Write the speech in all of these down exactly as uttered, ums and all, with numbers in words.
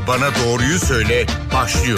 Bana Doğruyu Söyle başlıyor.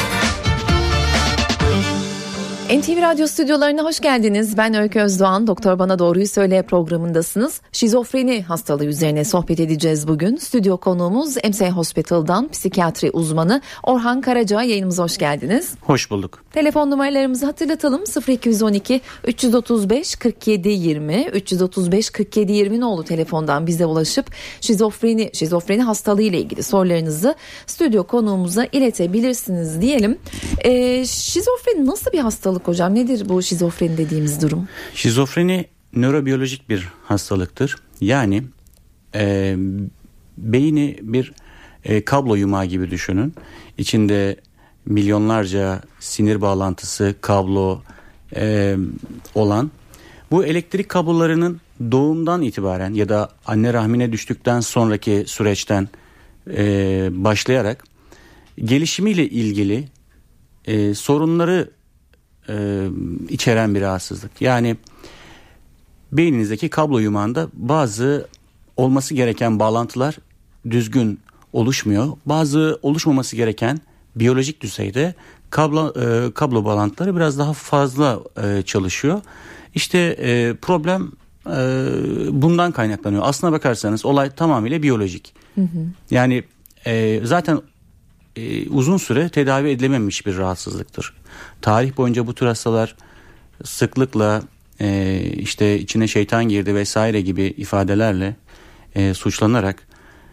N T V Radyo stüdyolarına hoş geldiniz. Ben Öykü Özdoğan. Doktor Bana Doğruyu Söyle programındasınız. Şizofreni hastalığı üzerine sohbet edeceğiz bugün. Stüdyo konuğumuz M S Hospital'dan psikiyatri uzmanı Orhan Karaca. Yayınımıza hoş geldiniz. Hoş bulduk. Telefon numaralarımızı hatırlatalım. sıfır iki on iki üç yüz otuz beş kırk yedi yirmi üç yüz otuz beş kırk yedi yirmi nolu telefondan bize ulaşıp şizofreni şizofreni hastalığı ile ilgili sorularınızı stüdyo konuğumuza iletebilirsiniz diyelim. Ee, şizofreni nasıl bir hastalık hocam? Nedir bu şizofreni dediğimiz durum? Şizofreni nörobiyolojik bir hastalıktır. Yani e, beyni bir e, kablo yumağı gibi düşünün. İçinde milyonlarca sinir bağlantısı, kablo e, olan bu elektrik kablolarının doğumdan itibaren ya da anne rahmine düştükten sonraki süreçten e, başlayarak gelişimiyle ilgili e, sorunları e, içeren bir rahatsızlık. Yani beyninizdeki kablo yumağında bazı olması gereken bağlantılar düzgün oluşmuyor. Bazı oluşmaması gereken biyolojik düzeyde kablo, e, kablo bağlantıları biraz daha fazla e, çalışıyor. İşte e, problem e, bundan kaynaklanıyor. Aslına bakarsanız olay tamamıyla biyolojik. Hı hı. Yani e, zaten e, uzun süre tedavi edilememiş bir rahatsızlıktır. Tarih boyunca bu tür hastalar sıklıkla e, işte içine şeytan girdi vesaire gibi ifadelerle e, suçlanarak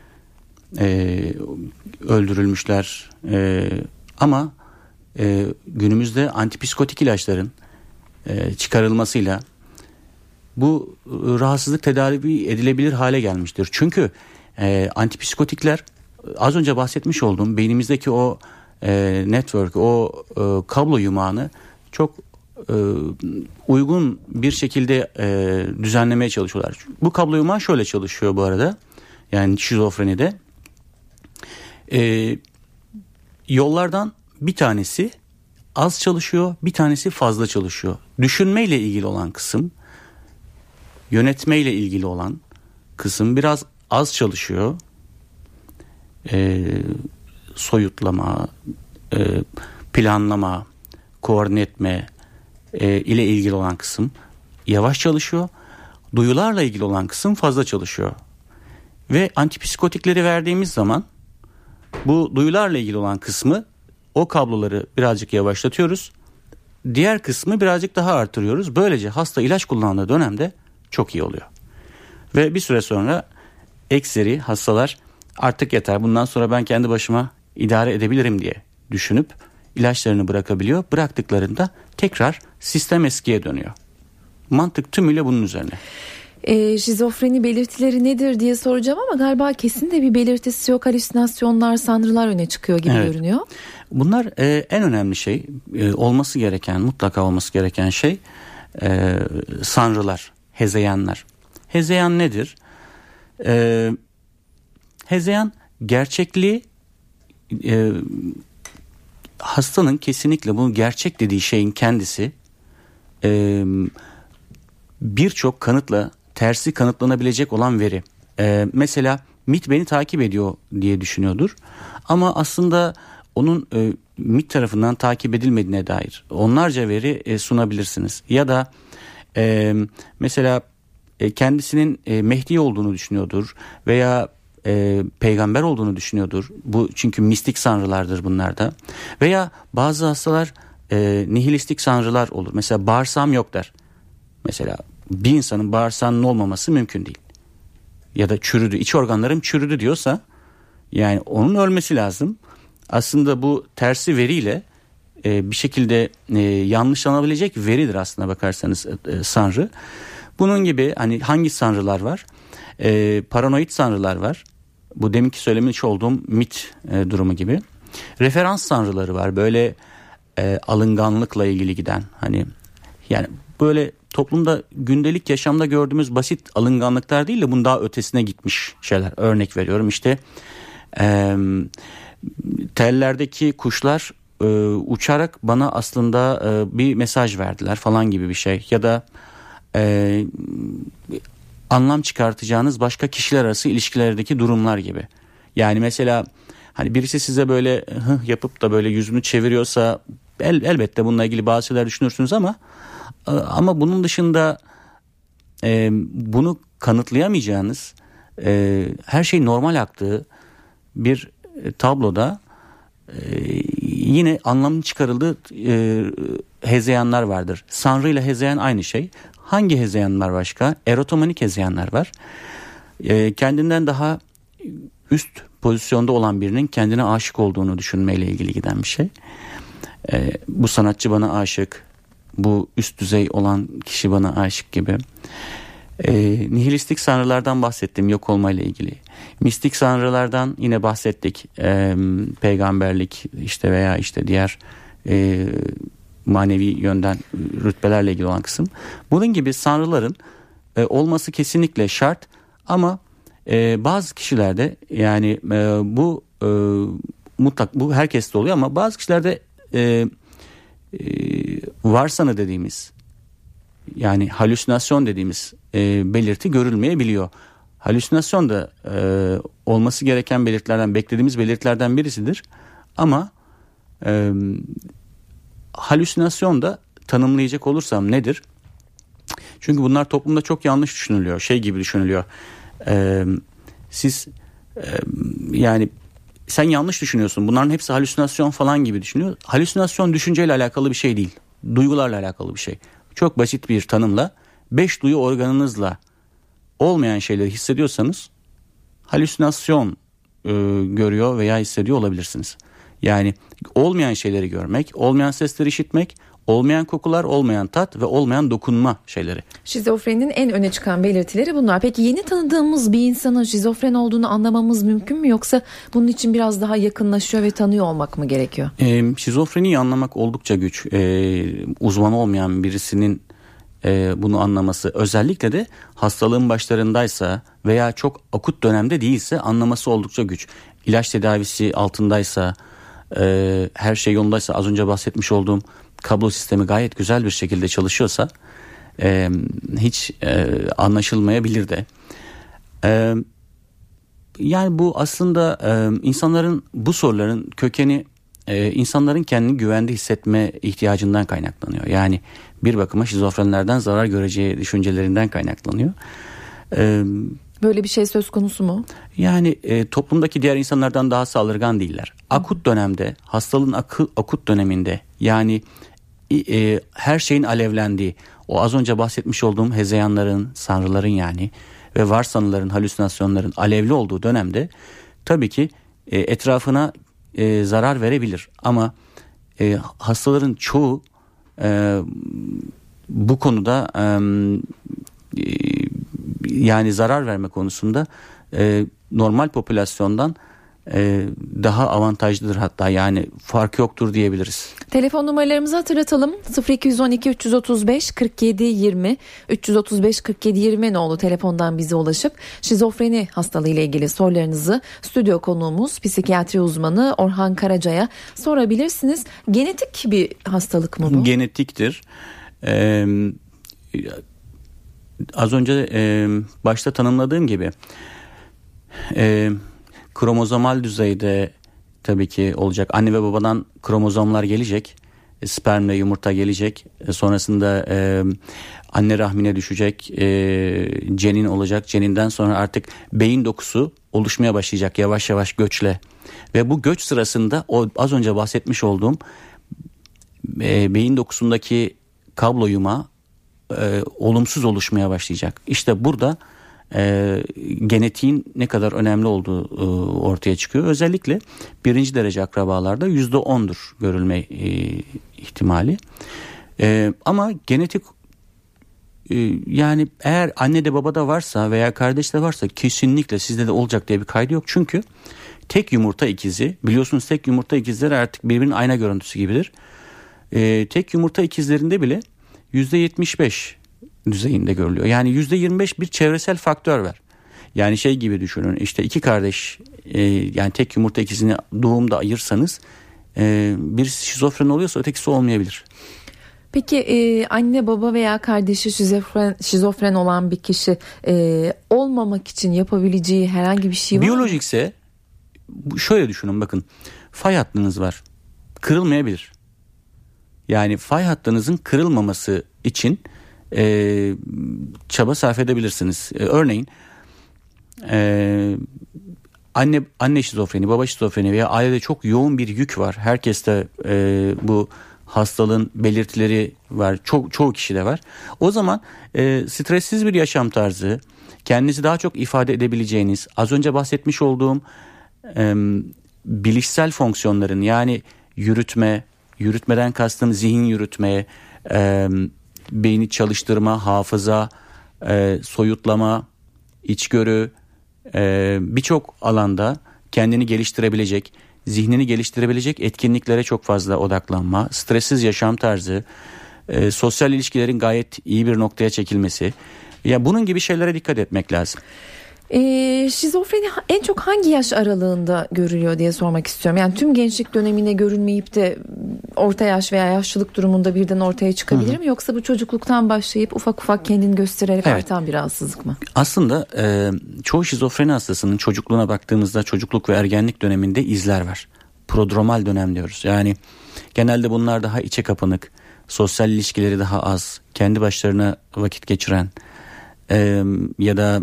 e, öldürülmüşler. E, ama e, günümüzde antipsikotik ilaçların e, çıkarılmasıyla bu e, rahatsızlık tedavi edilebilir hale gelmiştir. Çünkü e, antipsikotikler az önce bahsetmiş olduğum beynimizdeki o e, network, o e, kablo yumağını çok e, uygun bir şekilde e, düzenlemeye çalışıyorlar. Bu kablo yumağı şöyle çalışıyor bu arada. Yani şizofrenide e, yollardan bir tanesi az çalışıyor, bir tanesi fazla çalışıyor. Düşünmeyle ilgili olan kısım, yönetmeyle ilgili olan kısım biraz az çalışıyor. E, soyutlama, e, planlama, koordine etme e, ile ilgili olan kısım yavaş çalışıyor. Duyularla ilgili olan kısım fazla çalışıyor. Ve antipsikotikleri verdiğimiz zaman bu duyularla ilgili olan kısmı, o kabloları birazcık yavaşlatıyoruz. Diğer kısmı birazcık daha artırıyoruz. Böylece hasta ilaç kullandığı dönemde çok iyi oluyor. Ve bir süre sonra ekseri hastalar artık yeter, bundan sonra ben kendi başıma idare edebilirim diye düşünüp ilaçlarını bırakabiliyor. Bıraktıklarında tekrar sistem eskiye dönüyor. Mantık tümüyle bunun üzerine. E, şizofreni belirtileri nedir diye soracağım ama galiba kesin de bir belirtisi yok. Halüsinasyonlar, sanrılar öne çıkıyor gibi evet. görünüyor. Bunlar e, en önemli şey, e, olması gereken, mutlaka olması gereken şey e, sanrılar, hezeyanlar. Hezeyan nedir? E, hezeyan gerçekliği, e, hastanın kesinlikle bunu gerçek dediği şeyin kendisi e, birçok kanıtla tersi kanıtlanabilecek olan veri. Ee, mesela M İ T beni takip ediyor diye düşünüyordur. Ama aslında onun e, M İ T tarafından takip edilmediğine dair onlarca veri e, sunabilirsiniz. Ya da e, mesela e, kendisinin e, Mehdi olduğunu düşünüyordur veya e, peygamber olduğunu düşünüyordur. Bu çünkü mistik sanrılardır bunlar da. Veya bazı hastalar e, nihilistik sanrılar olur. Mesela bağırsağım yok der. Mesela bir insanın bağırsağının olmaması mümkün değil. Ya da çürüdü, iç organlarım çürüdü diyorsa yani onun ölmesi lazım. Aslında bu tersi veriyle e, bir şekilde e, yanlışlanabilecek veridir aslına bakarsanız e, sanrı. Bunun gibi hani hangi sanrılar var? E, paranoid sanrılar var. Bu deminki söylemiş olduğum M İ T e, durumu gibi. Referans sanrıları var. Böyle e, alınganlıkla ilgili giden, hani yani böyle toplumda gündelik yaşamda gördüğümüz basit alınganlıklar değil de bunun daha ötesine gitmiş şeyler. Örnek veriyorum işte e, tellerdeki kuşlar e, uçarak bana aslında e, bir mesaj verdiler falan gibi bir şey. Ya da e, anlam çıkartacağınız başka kişiler arası ilişkilerdeki durumlar gibi. Yani mesela Hani birisi size böyle hıh yapıp da böyle yüzünü çeviriyorsa el, elbette bununla ilgili bazı şeyler düşünürsünüz ama ama bunun dışında e, bunu kanıtlayamayacağınız e, her şey normal aktığı bir tabloda e, yine anlamlı çıkarıldığı e, hezeyanlar vardır. Sanrı ile hezeyan aynı şey. Hangi hezeyanlar başka? Erotomanik hezeyanlar var. E, kendinden daha üst pozisyonda olan birinin kendine aşık olduğunu düşünmeyle ilgili giden bir şey. E, bu sanatçı bana aşık, bu üst düzey olan kişi bana aşık gibi. E, nihilistik sanrılardan bahsettim, yok olmayla ilgili. Mistik sanrılardan yine bahsettik. E, peygamberlik işte veya işte diğer e, manevi yönden rütbelerle ilgili olan kısım. Bunun gibi sanrıların e, olması kesinlikle şart ama e, bazı kişilerde yani e, bu e, mutlak bu herkeste oluyor ama bazı kişilerde e, e, varsanı dediğimiz yani halüsinasyon dediğimiz e, belirti görülmeyebiliyor. Halüsinasyon da e, olması gereken belirtilerden, beklediğimiz belirtilerden birisidir. Ama e, halüsinasyon da tanımlayacak olursam nedir? Çünkü bunlar toplumda çok yanlış düşünülüyor. Şey gibi düşünülüyor. E, siz e, yani sen yanlış düşünüyorsun. Bunların hepsi halüsinasyon falan gibi düşünüyor. Halüsinasyon düşünceyle alakalı bir şey değil. Duygularla alakalı bir şey. Çok basit bir tanımla beş duyu organınızla olmayan şeyleri hissediyorsanız halüsinasyon e, görüyor veya hissediyor olabilirsiniz. Yani olmayan şeyleri görmek, olmayan sesleri işitmek, olmayan kokular, olmayan tat ve olmayan dokunma şeyleri. Şizofreninin en öne çıkan belirtileri bunlar. Peki yeni tanıdığımız bir insanın şizofren olduğunu anlamamız mümkün mü yoksa bunun için biraz daha yakınlaşıyor ve tanıyor olmak mı gerekiyor? E, şizofreniyi anlamak oldukça güç. E, uzman olmayan birisinin e, bunu anlaması, özellikle de hastalığın başlarındaysa veya çok akut dönemde değilse anlaması oldukça güç. İlaç tedavisi altındaysa, e, her şey yolundaysa, az önce bahsetmiş olduğum kablo sistemi gayet güzel bir şekilde çalışıyorsa e, hiç e, anlaşılmayabilir de. E, yani bu aslında e, insanların bu soruların kökeni e, insanların kendini güvende hissetme ihtiyacından kaynaklanıyor. Yani bir bakıma şizofrenlerden zarar göreceği düşüncelerinden kaynaklanıyor. E, Böyle bir şey söz konusu mu? Yani e, toplumdaki diğer insanlardan daha saldırgan değiller. Akut dönemde, hastalığın akı, akut döneminde yani e, her şeyin alevlendiği, o az önce bahsetmiş olduğum hezeyanların, sanrıların yani ve varsanıların, halüsinasyonların alevli olduğu dönemde tabii ki e, etrafına e, zarar verebilir. Ama e, hastaların çoğu e, bu konuda e, yani zarar verme konusunda e, normal popülasyondan e, daha avantajlıdır, hatta yani fark yoktur diyebiliriz. Telefon numaralarımızı hatırlatalım. sıfır iki on iki üç otuz beş kırk yedi yirmi üç otuz beş kırk yedi yirmi nolu telefondan bize ulaşıp şizofreni hastalığı ile ilgili sorularınızı stüdyo konuğumuz psikiyatri uzmanı Orhan Karaca'ya sorabilirsiniz. Genetik bir hastalık mı bu? Genetiktir. Ee, az önce e, başta tanımladığım gibi e, kromozomal düzeyde tabii ki olacak. Anne ve babadan kromozomlar gelecek. E, spermle yumurta gelecek. E, sonrasında e, anne rahmine düşecek. E, cenin olacak. Ceninden sonra artık beyin dokusu oluşmaya başlayacak yavaş yavaş göçle. Ve bu göç sırasında o az önce bahsetmiş olduğum e, beyin dokusundaki kablo yumağı e, olumsuz oluşmaya başlayacak. İşte burada e, genetiğin ne kadar önemli olduğu e, ortaya çıkıyor. Özellikle birinci derece akrabalarda yüzde ondur görülme e, ihtimali. E, ama genetik e, yani eğer annede babada varsa veya kardeşte varsa kesinlikle sizde de olacak diye bir kaydı yok. Çünkü tek yumurta ikizi, biliyorsunuz tek yumurta ikizleri artık birbirinin ayna görüntüsü gibidir. E, tek yumurta ikizlerinde bile yüzde yetmiş beş düzeyinde görülüyor. Yani yüzde yirmi beş bir çevresel faktör var. Yani şey gibi düşünün, işte iki kardeş e, yani tek yumurta ikizini doğumda ayırsanız e, birisi şizofren oluyorsa ötekisi olmayabilir. Peki e, anne baba veya kardeşi şizofren, şizofren olan bir kişi e, olmamak için yapabileceği herhangi bir şey var mı? Biyolojikse şöyle düşünün, bakın, fay hattınız var, kırılmayabilir. Yani fay hattınızın kırılmaması için e, çaba sarf edebilirsiniz. E, örneğin e, anne anne şizofreni, baba şizofreni veya ailede çok yoğun bir yük var. Herkeste e, bu hastalığın belirtileri var. Çok çoğu kişide var. O zaman e, stressiz bir yaşam tarzı, kendinizi daha çok ifade edebileceğiniz, az önce bahsetmiş olduğum e, bilişsel fonksiyonların, yani yürütme, yürütmeden kastım zihin yürütme, e, beyni çalıştırma, hafıza, e, soyutlama, içgörü, e, birçok alanda kendini geliştirebilecek, zihnini geliştirebilecek etkinliklere çok fazla odaklanma, stressiz yaşam tarzı, e, sosyal ilişkilerin gayet iyi bir noktaya çekilmesi. Ya bunun gibi şeylere dikkat etmek lazım. Ee, şizofreni en çok hangi yaş aralığında görülüyor diye sormak istiyorum. Yani tüm gençlik döneminde görülmeyip de orta yaş veya yaşlılık durumunda birden ortaya çıkabilir Hı-hı. mi? Yoksa bu çocukluktan başlayıp ufak ufak kendini göstererek evet. artan bir rahatsızlık mı? Aslında e, çoğu şizofreni hastasının çocukluğuna baktığımızda çocukluk ve ergenlik döneminde izler var. Prodromal dönem diyoruz. Yani genelde bunlar daha içe kapanık, sosyal ilişkileri daha az, kendi başlarına vakit geçiren e, ya da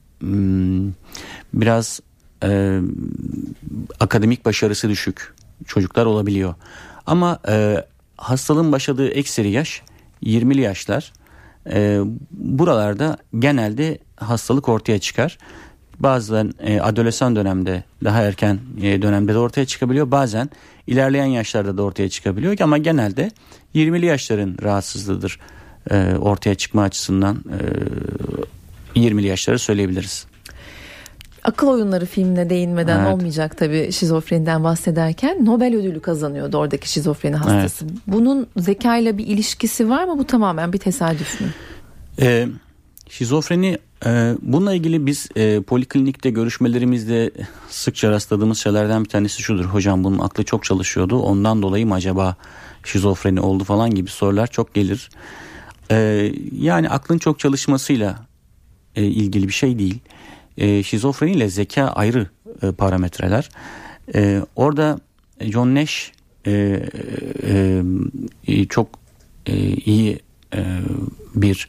biraz e, akademik başarısı düşük çocuklar olabiliyor. Ama e, hastalığın başladığı ekseri yaş yirmili yaşlar. E, buralarda genelde hastalık ortaya çıkar. Bazen e, adolesan dönemde, daha erken e, dönemde de ortaya çıkabiliyor. Bazen ilerleyen yaşlarda da ortaya çıkabiliyor. Ama genelde yirmili yaşların rahatsızlığıdır e, ortaya çıkma açısından. E, yirmili yaşları söyleyebiliriz. Akıl Oyunları filmine değinmeden evet. olmayacak tabii şizofreniden bahsederken. Nobel ödülü kazanıyordu oradaki şizofreni hastası. Evet. Bunun zekayla bir ilişkisi var mı? Bu tamamen bir tesadüf mü? Ee, şizofreni e, bununla ilgili biz e, poliklinikte görüşmelerimizde sıkça rastladığımız şeylerden bir tanesi şudur. Hocam bunun aklı çok çalışıyordu, ondan dolayı mı acaba şizofreni oldu falan gibi sorular çok gelir. Ee, yani aklın çok çalışmasıyla e, ilgili bir şey değil. E, şizofreni ile zeka ayrı e, parametreler. E, orada John Nash e, e, çok e, iyi e, bir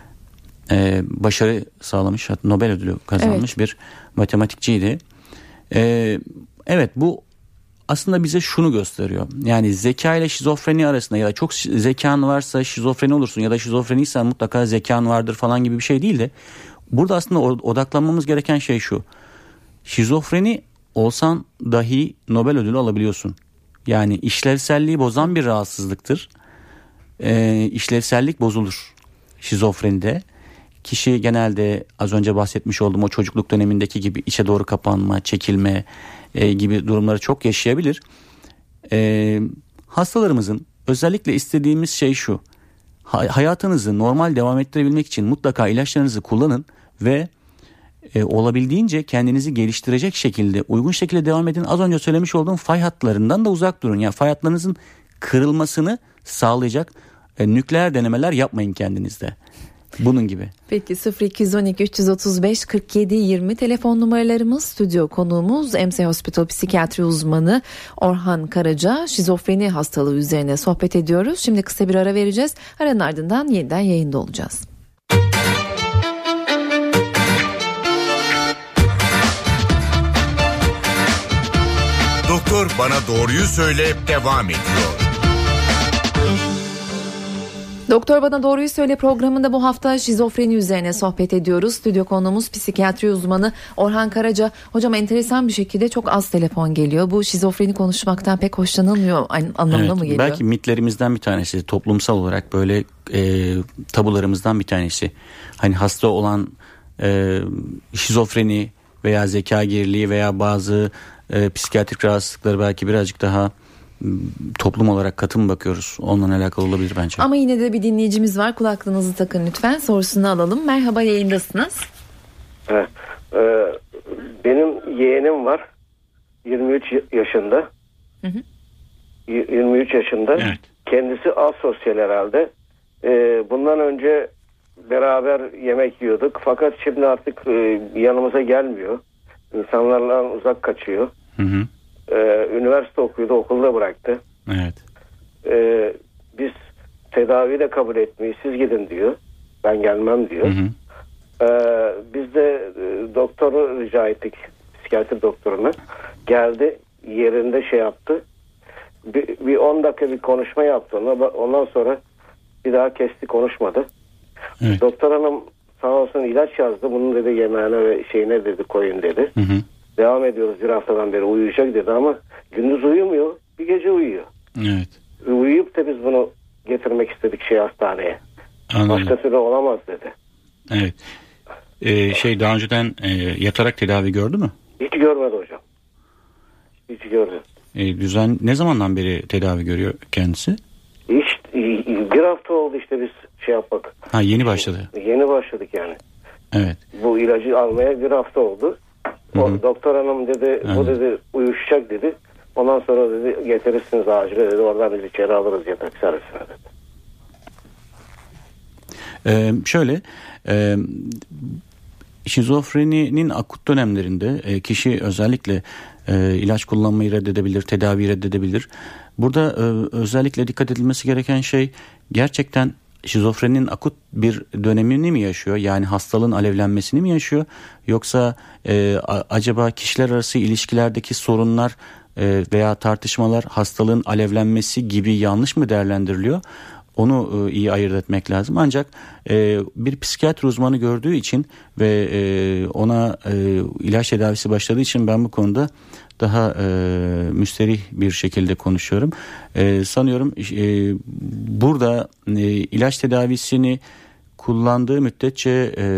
e, başarı sağlamış, Nobel ödülü kazanmış evet. bir matematikçiydi. E, evet, bu aslında bize şunu gösteriyor. Yani zeka ile şizofreni arasında, ya da çok zekan varsa şizofreni olursun ya da şizofreniysen mutlaka zekan vardır falan gibi bir şey değil de, burada aslında odaklanmamız gereken şey şu. Şizofreni olsan dahi Nobel ödülü alabiliyorsun. Yani işlevselliği bozan bir rahatsızlıktır. E, işlevsellik bozulur şizofrenide. Kişi genelde az önce bahsetmiş olduğum o çocukluk dönemindeki gibi içe doğru kapanma, çekilme e, gibi durumları çok yaşayabilir. E, hastalarımızın özellikle istediğimiz şey şu. Ha, hayatınızı normal devam ettirebilmek için mutlaka ilaçlarınızı kullanın ve e, olabildiğince kendinizi geliştirecek şekilde, uygun şekilde devam edin. Az önce söylemiş olduğum fay hatlarından da uzak durun. Yani fay hatlarınızın kırılmasını sağlayacak e, nükleer denemeler yapmayın kendinizde. Bunun gibi. Peki sıfır iki on iki üç otuz beş kırk yedi yirmi telefon numaralarımız. Stüdyo konuğumuz M S Hospital psikiyatri uzmanı Orhan Karaca. Şizofreni hastalığı üzerine sohbet ediyoruz. Şimdi kısa bir ara vereceğiz. Aranın ardından yeniden yayında olacağız. Doktor Bana Doğruyu Söyle devam ediyor. Doktor Bana Doğruyu Söyle programında bu hafta şizofreni üzerine sohbet ediyoruz. Stüdyo konuğumuz psikiyatri uzmanı Orhan Karaca. Hocam, enteresan bir şekilde çok az telefon geliyor. Bu şizofreni konuşmaktan pek hoşlanılmıyor anlamına evet, mı geliyor? Belki mitlerimizden bir tanesi, toplumsal olarak böyle e, tabularımızdan bir tanesi. Hani hasta olan e, şizofreni veya zeka geriliği veya bazı e, psikiyatrik rahatsızlıkları belki birazcık daha toplum olarak katı mı bakıyoruz? Onunla alakalı olabilir bence. Ama yine de bir dinleyicimiz var. Kulaklığınızı takın lütfen. Sorusunu alalım. Merhaba, yayındasınız. Evet. Ee, benim yeğenim var. yirmi üç yaşında. Hı hı. yirmi üç yaşında. Evet. Kendisi asosyal herhalde. Ee, bundan önce beraber yemek yiyorduk. Fakat şimdi artık e, yanımıza gelmiyor. İnsanlarla uzak kaçıyor. Hı hı. Ee, üniversite okuyordu, okulda bıraktı. Evet. Ee, biz tedavi de kabul etmeyiz, siz gidin diyor. Ben gelmem diyor. Hı hı. Ee, biz de e, doktoru rica ettik, psikiyatri doktoruna. Geldi, yerinde şey yaptı. Bir, bir on dakika bir konuşma yaptı ona. Ondan sonra bir daha kesti, konuşmadı. Evet. Doktor hanım sağ olsun ilaç yazdı. Bunun dedi yemeğine ve şeyine dedi koyun dedi. Hı hı. Devam ediyoruz bir haftadan beri, uyuyacak dedi ama gündüz uyumuyor. Bir gece uyuyor. Evet. Uyuyup da biz bunu getirmek istedik şey hastaneye. Anladım. Başka türlü olamaz dedi. Evet. Ee, şey daha önceden e, yatarak tedavi gördü mü? Hiç görmedi hocam. Hiç görmedi. E, düzen ne zamandan beri tedavi görüyor kendisi? Hiç bir hafta oldu işte biz şey yapmak. Ha, yeni başladı. Yeni başladık yani. Evet. Bu ilacı almaya bir hafta oldu. O Hı hı. doktor hanım dedi, Evet. bu dedi uyuşacak dedi. Ondan sonra dedi getirirsiniz acile dedi. Oradan biz içeri alırız yatak servisine dedi. Ee, şöyle e, şizofreninin akut dönemlerinde e, kişi özellikle e, ilaç kullanmayı reddedebilir, tedavi reddedebilir. Burada e, özellikle dikkat edilmesi gereken şey, gerçekten şizofreninin akut bir dönemini mi yaşıyor? Yani hastalığın alevlenmesini mi yaşıyor? Yoksa e, a- acaba kişiler arası ilişkilerdeki sorunlar e, veya tartışmalar hastalığın alevlenmesi gibi yanlış mı değerlendiriliyor? Onu e, iyi ayırt etmek lazım. Ancak e, bir psikiyatri uzmanı gördüğü için ve e, ona e, ilaç tedavisi başladığı için ben bu konuda daha e, müsterih bir şekilde konuşuyorum. E, sanıyorum e, burada e, ilaç tedavisini kullandığı müddetçe e,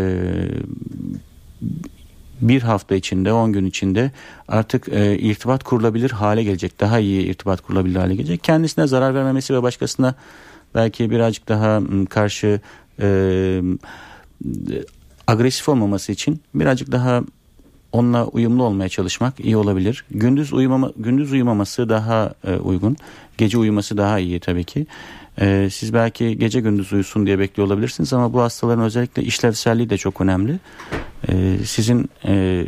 bir hafta içinde, on gün içinde artık e, irtibat kurulabilir hale gelecek. Daha iyi irtibat kurulabilir hale gelecek. Kendisine zarar vermemesi ve başkasına belki birazcık daha karşı e, agresif olmaması için birazcık daha onunla uyumlu olmaya çalışmak iyi olabilir. Gündüz uyumama, gündüz uyumaması daha e, uygun. Gece uyuması daha iyi tabii ki. E, siz belki gece gündüz uyusun diye bekliyor olabilirsiniz ama bu hastaların özellikle işlevselliği de çok önemli. E, sizin e,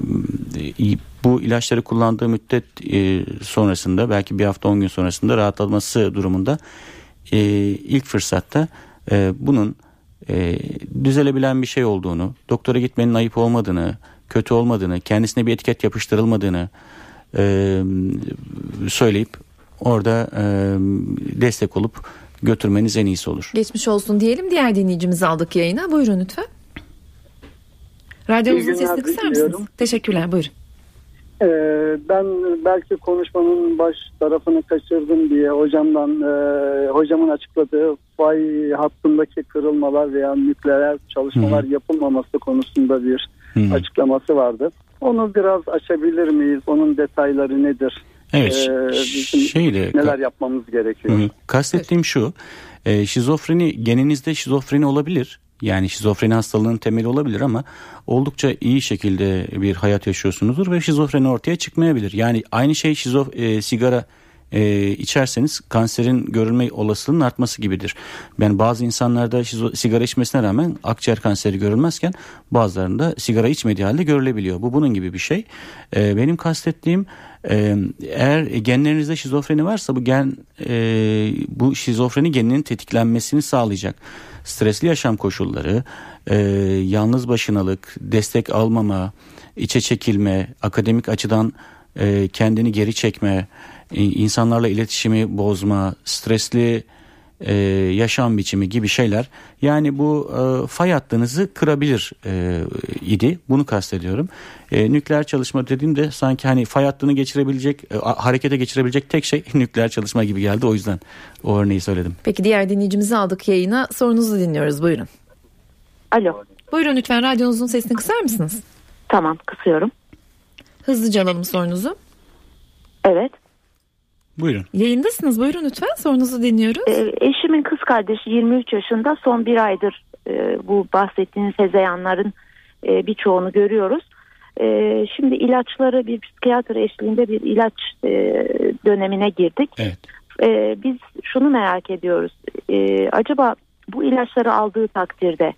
bu ilaçları kullandığı müddet e, sonrasında, belki bir hafta on gün sonrasında rahatlaması durumunda e, ilk fırsatta e, bunun e, düzelebilen bir şey olduğunu, doktora gitmenin ayıp olmadığını, kötü olmadığını, kendisine bir etiket yapıştırılmadığını e, söyleyip orada e, destek olup götürmeniz en iyisi olur. Geçmiş olsun diyelim. Diğer dinleyicimizi aldık yayına. Buyurun lütfen. Radyonuzun sesini kısar mısınız? Teşekkürler. Buyurun. Ee, ben belki konuşmanın baş tarafını kaçırdım diye hocamdan e, hocamın açıkladığı fay hattındaki kırılmalar veya nükleer çalışmalar Hı-hı. yapılmaması konusunda bir Hı-hı. açıklaması vardı. Onu biraz açabilir miyiz? Onun detayları nedir? Evet. Ee, bizim şeyle, neler yapmamız gerekiyor? Hı-hı. Kastettiğim şu. E, şizofreni, geninizde şizofreni olabilir. Yani şizofreni hastalığının temeli olabilir ama oldukça iyi şekilde bir hayat yaşıyorsunuzdur ve şizofreni ortaya çıkmayabilir. Yani aynı şey şizof, e, sigara e, içerseniz kanserin görülme olasılığının artması gibidir. Yani bazı insanlarda şizo, sigara içmesine rağmen akciğer kanseri görülmezken bazılarında sigara içmediği halde görülebiliyor. Bu bunun gibi bir şey. E, benim kastettiğim, e, eğer genlerinizde şizofreni varsa bu gen e, bu şizofreni geninin tetiklenmesini sağlayacak stresli yaşam koşulları, e, yalnız başınalık, destek almama, içe çekilme, akademik açıdan e, kendini geri çekme, e, insanlarla iletişimi bozma, stresli e, yaşam biçimi gibi şeyler. Yani bu e, fay hattınızı kırabilir e, idi. Bunu kastediyorum. E, nükleer çalışma dediğimde sanki hani fay hattını geçirebilecek, e, harekete geçirebilecek tek şey nükleer çalışma gibi geldi. O yüzden o örneği söyledim. Peki diğer dinleyicimizi aldık yayına. Sorunuzu dinliyoruz. Buyurun. Alo. Buyurun lütfen radyonuzun sesini kısar mısınız? Tamam, kısıyorum. Hızlıca alalım sorunuzu. Evet. Buyurun. Yayındasınız. Buyurun lütfen. Sorunuzu dinliyoruz. Ee, eşimin kız kardeşi yirmi üç yaşında. Son bir aydır e, bu bahsettiğiniz hezeyanların e, birçoğunu görüyoruz. E, şimdi ilaçları bir psikiyatr eşliğinde bir ilaç e, dönemine girdik. Evet. E, biz şunu merak ediyoruz. E, acaba bu ilaçları aldığı takdirde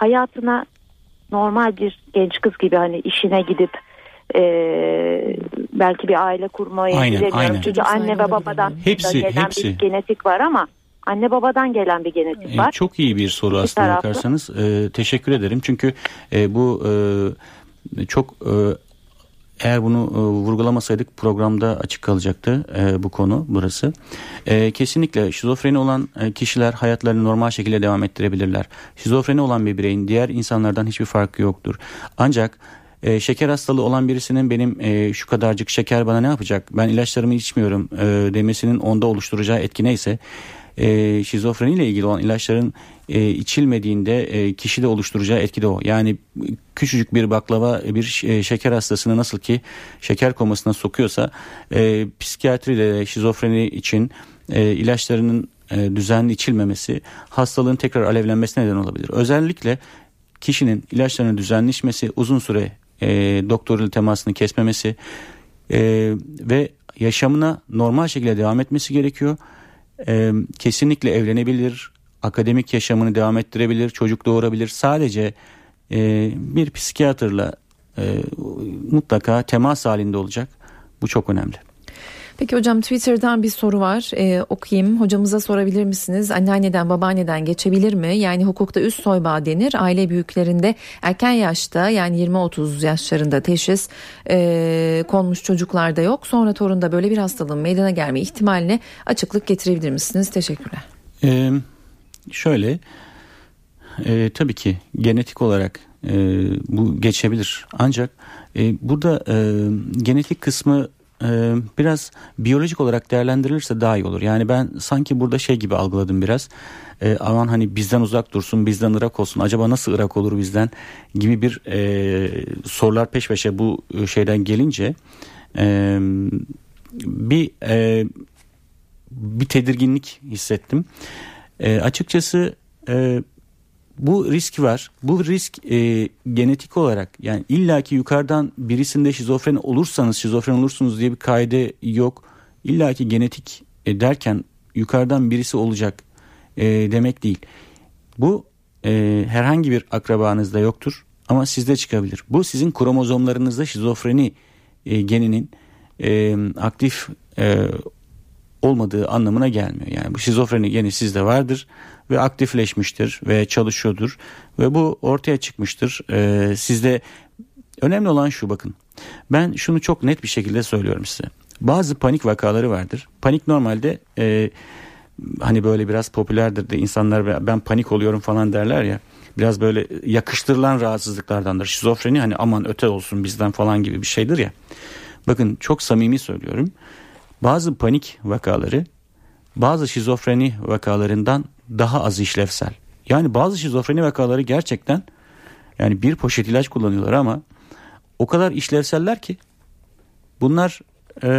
hayatına normal bir genç kız gibi hani işine gidip e, belki bir aile kurmayı aynen, bilemiyorum. aynen. Çünkü anne ve babadan hepsi, gelen hepsi. bir genetik var ama anne babadan gelen bir genetik var. E, çok iyi bir soru İki aslına taraflı. bakarsanız. E, teşekkür ederim. Çünkü e, bu e, çok e, eğer bunu e, vurgulamasaydık programda açık kalacaktı e, bu konu burası. E, kesinlikle şizofreni olan e, kişiler hayatlarını normal şekilde devam ettirebilirler. Şizofreni olan bir bireyin diğer insanlardan hiçbir farkı yoktur. Ancak e, şeker hastalığı olan birisinin benim e, şu kadarcık şeker bana ne yapacak, ben ilaçlarımı içmiyorum e, demesinin onda oluşturacağı etki neyse, e, şizofreni ile ilgili olan ilaçların e, içilmediğinde e, kişide oluşturacağı etki de o. Yani küçücük bir baklava bir e, şeker hastasını nasıl ki şeker komasına sokuyorsa, e, psikiyatride de şizofreni için e, ilaçlarının e, düzenli içilmemesi hastalığın tekrar alevlenmesine neden olabilir. Özellikle kişinin ilaçlarının düzenli içmesi, uzun süre e, doktoruyla temasını kesmemesi e, ve yaşamına normal şekilde devam etmesi gerekiyor. E, kesinlikle evlenebilir, akademik yaşamını devam ettirebilir, çocuk doğurabilir. Sadece e, bir psikiyatrla e, mutlaka temas halinde olacak. Bu çok önemli. Peki hocam, Twitter'dan bir soru var, ee, okuyayım. Hocamıza sorabilir misiniz? Anneanneden babaanneden geçebilir mi? Yani hukukta üst soybağı denir. Aile büyüklerinde erken yaşta, yani yirmi otuz yaşlarında teşhis e, konmuş çocuklarda yok. Sonra torunda böyle bir hastalığın meydana gelme ihtimaline açıklık getirebilir misiniz? Teşekkürler. Ee, şöyle e, tabii ki genetik olarak e, bu geçebilir. Ancak e, burada e, genetik kısmı Ee, biraz biyolojik olarak değerlendirilirse daha iyi olur. Yani ben sanki burada şey gibi algıladım biraz. Ee, aman hani bizden uzak dursun, bizden ırak olsun. Acaba nasıl ırak olur bizden gibi bir e, sorular peş peşe bu şeyden gelince e, bir e, bir tedirginlik hissettim. E, açıkçası e, bu risk var. Bu risk e, genetik olarak, yani illaki yukarıdan birisinde şizofren olursanız şizofren olursunuz diye bir kaide yok. İllaki genetik e, derken yukarıdan birisi olacak e, demek değil. Bu e, herhangi bir akrabanızda yoktur ama sizde çıkabilir. Bu sizin kromozomlarınızda şizofreni e, geninin e, aktif e, olmadığı anlamına gelmiyor. Yani bu şizofreni geni sizde vardır ve aktifleşmiştir ve çalışıyordur ve bu ortaya çıkmıştır. Ee, sizde önemli olan şu, bakın. Ben şunu çok net bir şekilde söylüyorum size. Bazı panik vakaları vardır. Panik normalde e, hani böyle biraz popülerdir de, insanlar ben panik oluyorum falan derler ya. Biraz böyle yakıştırılan rahatsızlıklardandır. Şizofreni hani aman öte olsun bizden falan gibi bir şeydir ya. Bakın çok samimi söylüyorum. Bazı panik vakaları bazı şizofreni vakalarından daha az işlevsel. Yani bazı şizofreni vakaları gerçekten, yani bir poşet ilaç kullanıyorlar ama o kadar işlevseller ki bunlar e,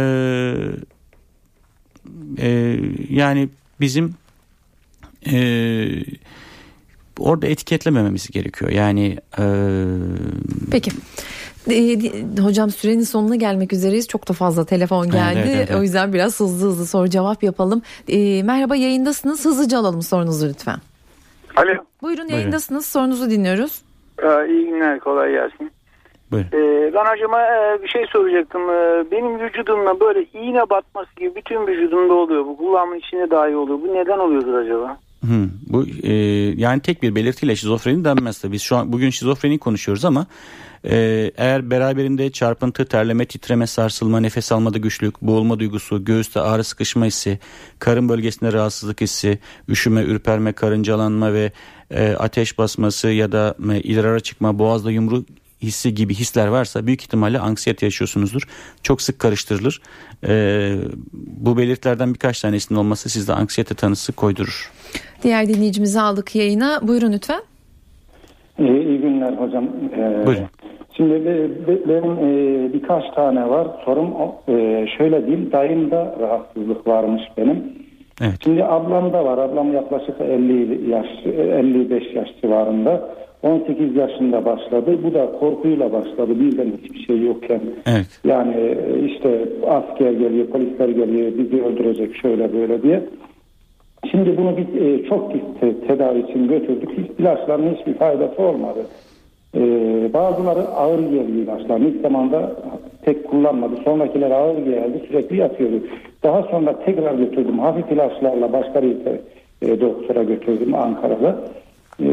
e, yani bizim e, orada etiketlemememiz gerekiyor. Yani e, peki. Ee, hocam sürenin sonuna gelmek üzereyiz. Çok da fazla telefon geldi. Evet, evet, evet. O yüzden biraz hızlı hızlı soru cevap yapalım. Ee, merhaba, yayındasınız. Hızlıca alalım sorunuzu lütfen. Alo. Buyurun, yayındasınız. Sorunuzu dinliyoruz. Ee, iyi günler, kolay gelsin. Buyurun. Ee, ben hocama e, bir şey soracaktım. Ee, benim vücudumda böyle iğne batması gibi bütün vücudumda oluyor. Bu kulağımın içine dahi oluyor. Bu neden oluyordur acaba? Hmm, bu e, yani tek bir belirtiyle şizofreni denmez tabii. Biz şu an bugün şizofreni konuşuyoruz ama e, eğer beraberinde çarpıntı, terleme, titreme, sarsılma, nefes almada güçlük, boğulma duygusu, göğüste ağrı, sıkışma hissi, karın bölgesinde rahatsızlık hissi, üşüme, ürperme, karıncalanma ve e, ateş basması ya da e, idrara çıkma, boğazda yumru hissi gibi hisler varsa büyük ihtimalle anksiyete yaşıyorsunuzdur. Çok sık karıştırılır. Ee, bu belirtilerden birkaç tanesinin olması sizde anksiyete tanısı koydurur. Diğer dinleyicimizi aldık yayına. Buyurun lütfen. İyi, iyi günler hocam. Ee, Buyurun. Şimdi be, be, benim e, birkaç tane var. Sorum e, şöyle değil. Dayımda rahatsızlık varmış benim. Evet. Şimdi ablam da var. Ablam yaklaşık elli yaş, elli beş yaş civarında. on sekiz yaşında başladı. Bu da korkuyla başladı. Bizden hiçbir şey yokken. Evet. Yani işte asker geliyor, polisler geliyor, bizi öldürecek şöyle böyle diye. Şimdi bunu biz e, çok tedavi için götürdük. Hiç ilaçların hiçbir faydası olmadı. E, bazıları ağır geliyor ilaçların. İlk zamanda pek kullanmadı. Sonrakiler ağır geldi. Sürekli yatıyordu. Daha sonra tekrar götürdüm. Hafif ilaçlarla başka bir e, doktora götürdüm Ankara'da. E,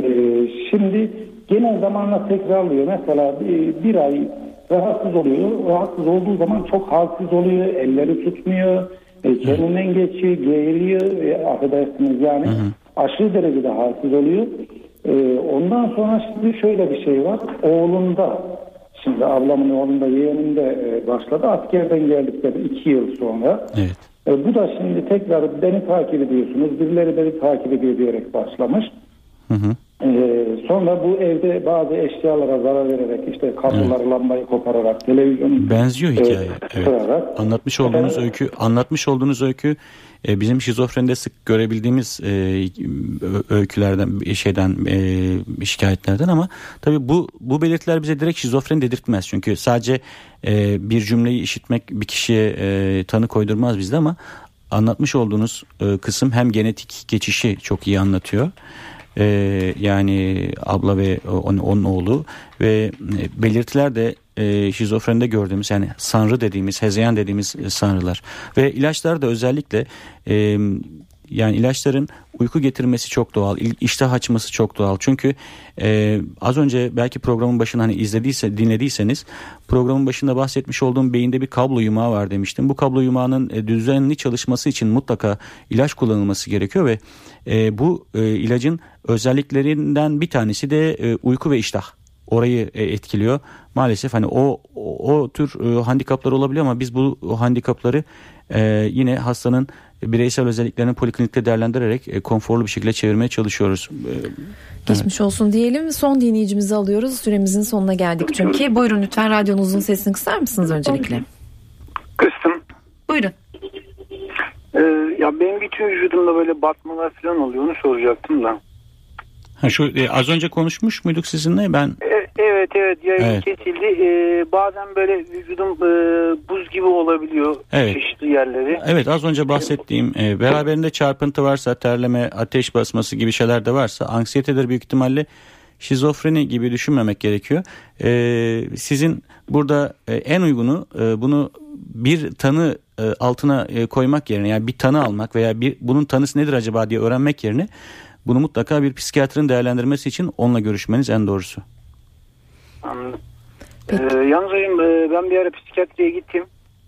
şimdi genel zamanla tekrarlıyor. Mesela bir, bir ay rahatsız oluyor. Rahatsız olduğu zaman çok halsiz oluyor. Elleri tutmuyor. E, kendinden geçiyor. Geğiriyor. E, affedersiniz yani. Hı hı. Aşırı derecede halsiz oluyor. E, ondan sonra şimdi şöyle bir şey var. Oğlunda, şimdi ablamın oğlunda, yeğeninde e, başladı. Askerden geldikleri iki yıl sonra. Evet. E, bu da şimdi tekrar beni takip ediyorsunuz. Birileri beni takip ediyor diyerek başlamış. Hı hı. Ee, sonra bu evde bazı eşyalara zarar vererek, işte kabloları, evet, lambayı kopararak, televizyonu benziyor hikaye. E, evet. Anlatmış olduğunuz evet. öykü, anlatmış olduğunuz öykü e, bizim şizofrenide sık görebildiğimiz e, öykülerden, şeyden, e, şikayetlerden, ama tabii bu bu belirtiler bize direkt şizofren dedirtmez. Çünkü sadece e, bir cümleyi işitmek bir kişiye e, tanı koydurmaz bizde, ama anlatmış olduğunuz e, kısım hem genetik geçişi çok iyi anlatıyor. Ee, yani abla ve onun, onun oğlu ve belirtiler de e, şizofrenide gördüğümüz, yani sanrı dediğimiz, hezeyan dediğimiz e, sanrılar ve ilaçlar da özellikle e, yani ilaçların uyku getirmesi çok doğal, iştah açması çok doğal. Çünkü e, az önce belki programın başında hani izlediyse, dinlediyseniz, programın başında bahsetmiş olduğum beyinde bir kablo yumağı var demiştim. Bu kablo yumağının e, düzenli çalışması için mutlaka ilaç kullanılması gerekiyor ve e, bu e, ilacın özelliklerinden bir tanesi de e, uyku ve iştah. Orayı e, etkiliyor. Maalesef hani o o, o tür e, handikaplar olabiliyor, ama biz bu handikapları e, yine hastanın bireysel özelliklerini poliklinikte değerlendirerek e, konforlu bir şekilde çevirmeye çalışıyoruz. E, Geçmiş evet. olsun diyelim. Son dinleyicimizi alıyoruz. Süremizin sonuna geldik çünkü. Buyurun lütfen, radyonuzun sesini kısar mısınız öncelikle? Kıstım. Buyurun. Ee, ya benim bütün vücudumda böyle batmalar falan oluyor. Onu soracaktım da. Ha, şu e, az önce konuşmuş muyduk sizinle? Ben e, evet evet yayın evet. kesildi. Ee, bazen böyle vücudum e, buz gibi olabiliyor, evet. çeşitli yerleri. Evet, az önce bahsettiğim e, beraberinde çarpıntı varsa, terleme, ateş basması gibi şeyler de varsa anksiyetedir büyük ihtimalle. Şizofreni gibi düşünmemek gerekiyor. E, sizin burada e, en uygunu e, bunu bir tanı e, altına e, koymak yerine, yani bir tanı almak veya bir bunun tanısı nedir acaba diye öğrenmek yerine, bunu mutlaka bir psikiyatrın değerlendirmesi için onunla görüşmeniz en doğrusu. Anladım. Ee, yalnız hocam e, ben bir ara psikiyatriye gittim.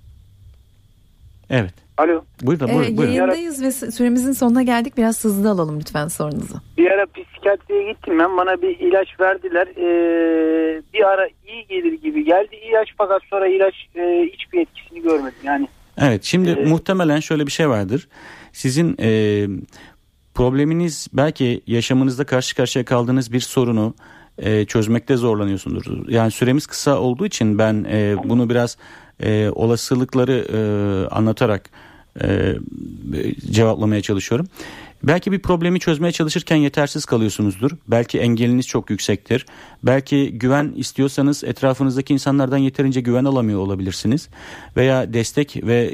Evet. Alo. Buyurun, buyurun, ee, buyurun. Yayındayız ve süremizin sonuna geldik. Biraz hızlı alalım lütfen sorunuzu. Bir ara psikiyatriye gittim ben. Bana bir ilaç verdiler. Ee, bir ara iyi gelir gibi geldi ilaç, fakat sonra ilaç e, hiçbir etkisini görmedim. Yani. Evet, şimdi e, muhtemelen şöyle bir şey vardır. Sizin e, probleminiz belki yaşamınızda karşı karşıya kaldığınız bir sorunu e, çözmekte zorlanıyorsunuz. Yani süremiz kısa olduğu için ben e, bunu biraz e, olasılıkları e, anlatarak e, cevaplamaya çalışıyorum. Belki bir problemi çözmeye çalışırken yetersiz kalıyorsunuzdur. Belki engeliniz çok yüksektir. Belki güven istiyorsanız etrafınızdaki insanlardan yeterince güven alamıyor olabilirsiniz. Veya destek ve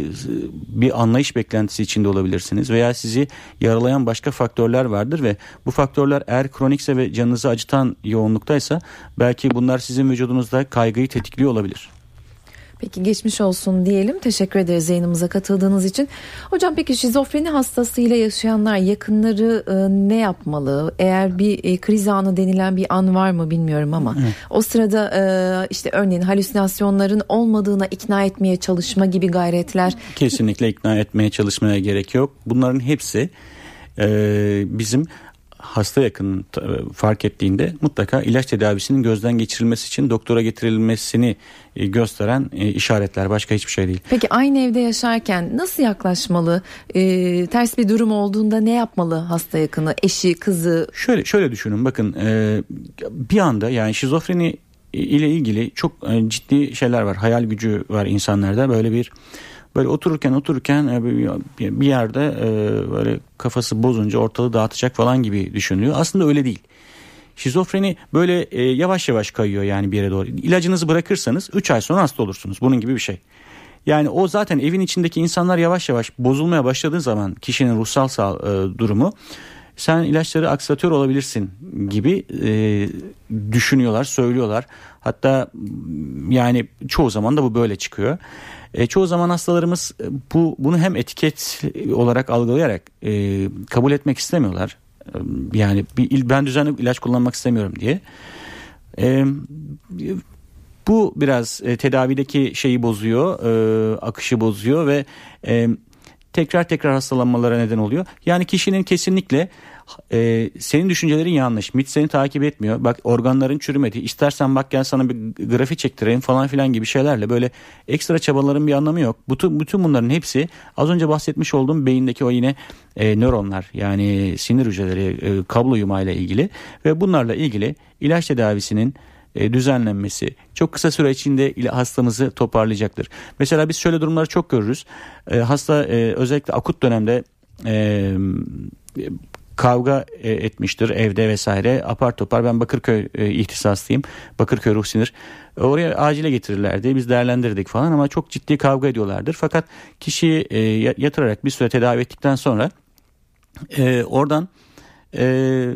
bir anlayış beklentisi içinde olabilirsiniz. Veya sizi yaralayan başka faktörler vardır ve bu faktörler eğer kronikse ve canınızı acıtan yoğunluktaysa belki bunlar sizin vücudunuzda kaygıyı tetikliyor olabilir. Peki, geçmiş olsun diyelim. Teşekkür ederiz yayınımıza katıldığınız için. Hocam, peki şizofreni hastasıyla yaşayanlar, yakınları e, ne yapmalı? Eğer bir e, kriz anı denilen bir an var mı bilmiyorum ama evet. o sırada e, işte örneğin halüsinasyonların olmadığına ikna etmeye çalışma gibi gayretler. Kesinlikle ikna etmeye çalışmaya gerek yok. Bunların hepsi e, bizim hasta yakın fark ettiğinde mutlaka ilaç tedavisinin gözden geçirilmesi için doktora getirilmesini gösteren işaretler, başka hiçbir şey değil. Peki aynı evde yaşarken nasıl yaklaşmalı? Ee, ters bir durum olduğunda ne yapmalı hasta yakını, eşi, kızı? Şöyle şöyle düşünün, bakın e, bir anda, yani şizofreni ile ilgili çok ciddi şeyler var. Hayal gücü var insanlarda. Böyle bir Böyle otururken otururken bir yerde böyle kafası bozunca ortalığı dağıtacak falan gibi düşünülüyor. Aslında öyle değil. Şizofreni böyle yavaş yavaş kayıyor yani bir yere doğru. İlacınızı bırakırsanız üç ay sonra hasta olursunuz. Bunun gibi bir şey. Yani o zaten evin içindeki insanlar yavaş yavaş bozulmaya başladığı zaman kişinin ruhsal durumu, sen ilaçları aksatıyor olabilirsin gibi e, düşünüyorlar, söylüyorlar. Hatta yani çoğu zaman da bu böyle çıkıyor. E, çoğu zaman hastalarımız bu bunu hem etiket olarak algılayarak e, kabul etmek istemiyorlar. E, yani bir, ben düzenli ilaç kullanmak istemiyorum diye. E, bu biraz e, tedavideki şeyi bozuyor, e, akışı bozuyor ve e, tekrar tekrar hastalanmalara neden oluyor. Yani kişinin kesinlikle e, senin düşüncelerin yanlış. M I T seni takip etmiyor. Bak organların çürümedi. İstersen bak gel sana bir grafi çektireyim falan filan gibi şeylerle böyle ekstra çabaların bir anlamı yok. Bütün, bütün bunların hepsi az önce bahsetmiş olduğum beyindeki o yine e, nöronlar yani sinir hücreleri e, kablo yumağıyla ilgili ve bunlarla ilgili ilaç tedavisinin E, düzenlenmesi çok kısa süre içinde hastamızı toparlayacaktır. Mesela biz şöyle durumları çok görürüz. E, hasta e, özellikle akut dönemde e, kavga e, etmiştir evde vesaire. Apar topar ben Bakırköy e, ihtisaslıyım. Bakırköy ruh sinir. Oraya acile getirirlerdi. Biz değerlendirdik falan ama çok ciddi kavga ediyorlardır. Fakat kişiyi e, yatırarak bir süre tedavi ettikten sonra e, oradan e,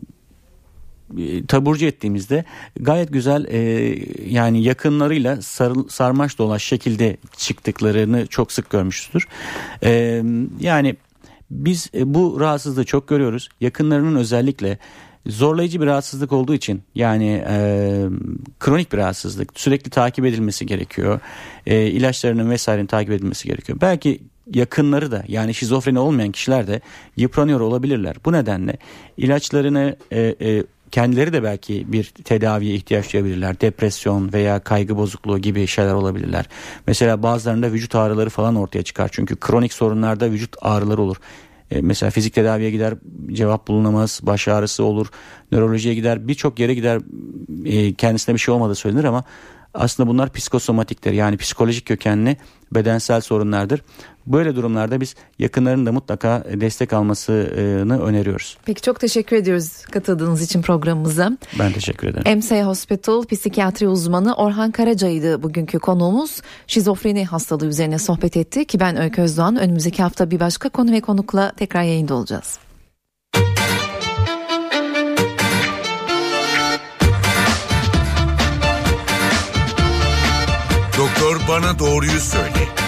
taburcu ettiğimizde gayet güzel e, yani yakınlarıyla sar, sarmaş dolaş şekilde çıktıklarını çok sık görmüşüzdür. E, yani biz e, bu rahatsızlığı çok görüyoruz. Yakınlarının özellikle zorlayıcı bir rahatsızlık olduğu için yani e, kronik bir rahatsızlık sürekli takip edilmesi gerekiyor. E, ilaçlarının vesairenin takip edilmesi gerekiyor. Belki yakınları da yani şizofreni olmayan kişiler de yıpranıyor olabilirler. Bu nedenle ilaçlarını e, e, kendileri de belki bir tedaviye ihtiyaç duyabilirler. Depresyon veya kaygı bozukluğu gibi şeyler olabilirler. Mesela bazılarında vücut ağrıları falan ortaya çıkar. Çünkü kronik sorunlarda vücut ağrıları olur. E, mesela fizik tedaviye gider cevap bulunamaz. Baş ağrısı olur. Nörolojiye gider. Birçok yere gider. E, kendisine bir şey olmadığı söylenir ama aslında bunlar psikosomatiktir. Yani psikolojik kökenli bedensel sorunlardır. Böyle durumlarda biz yakınların da mutlaka destek almasını öneriyoruz. Peki çok teşekkür ediyoruz katıldığınız için programımıza. Ben teşekkür ederim. M S Hospital psikiyatri uzmanı Orhan Karaca'ydı bugünkü konuğumuz. Şizofreni hastalığı üzerine sohbet etti ki ben Öykü Özdoğan. Önümüzdeki hafta bir başka konu ve konukla tekrar yayında olacağız. Doktor bana doğruyu söyle.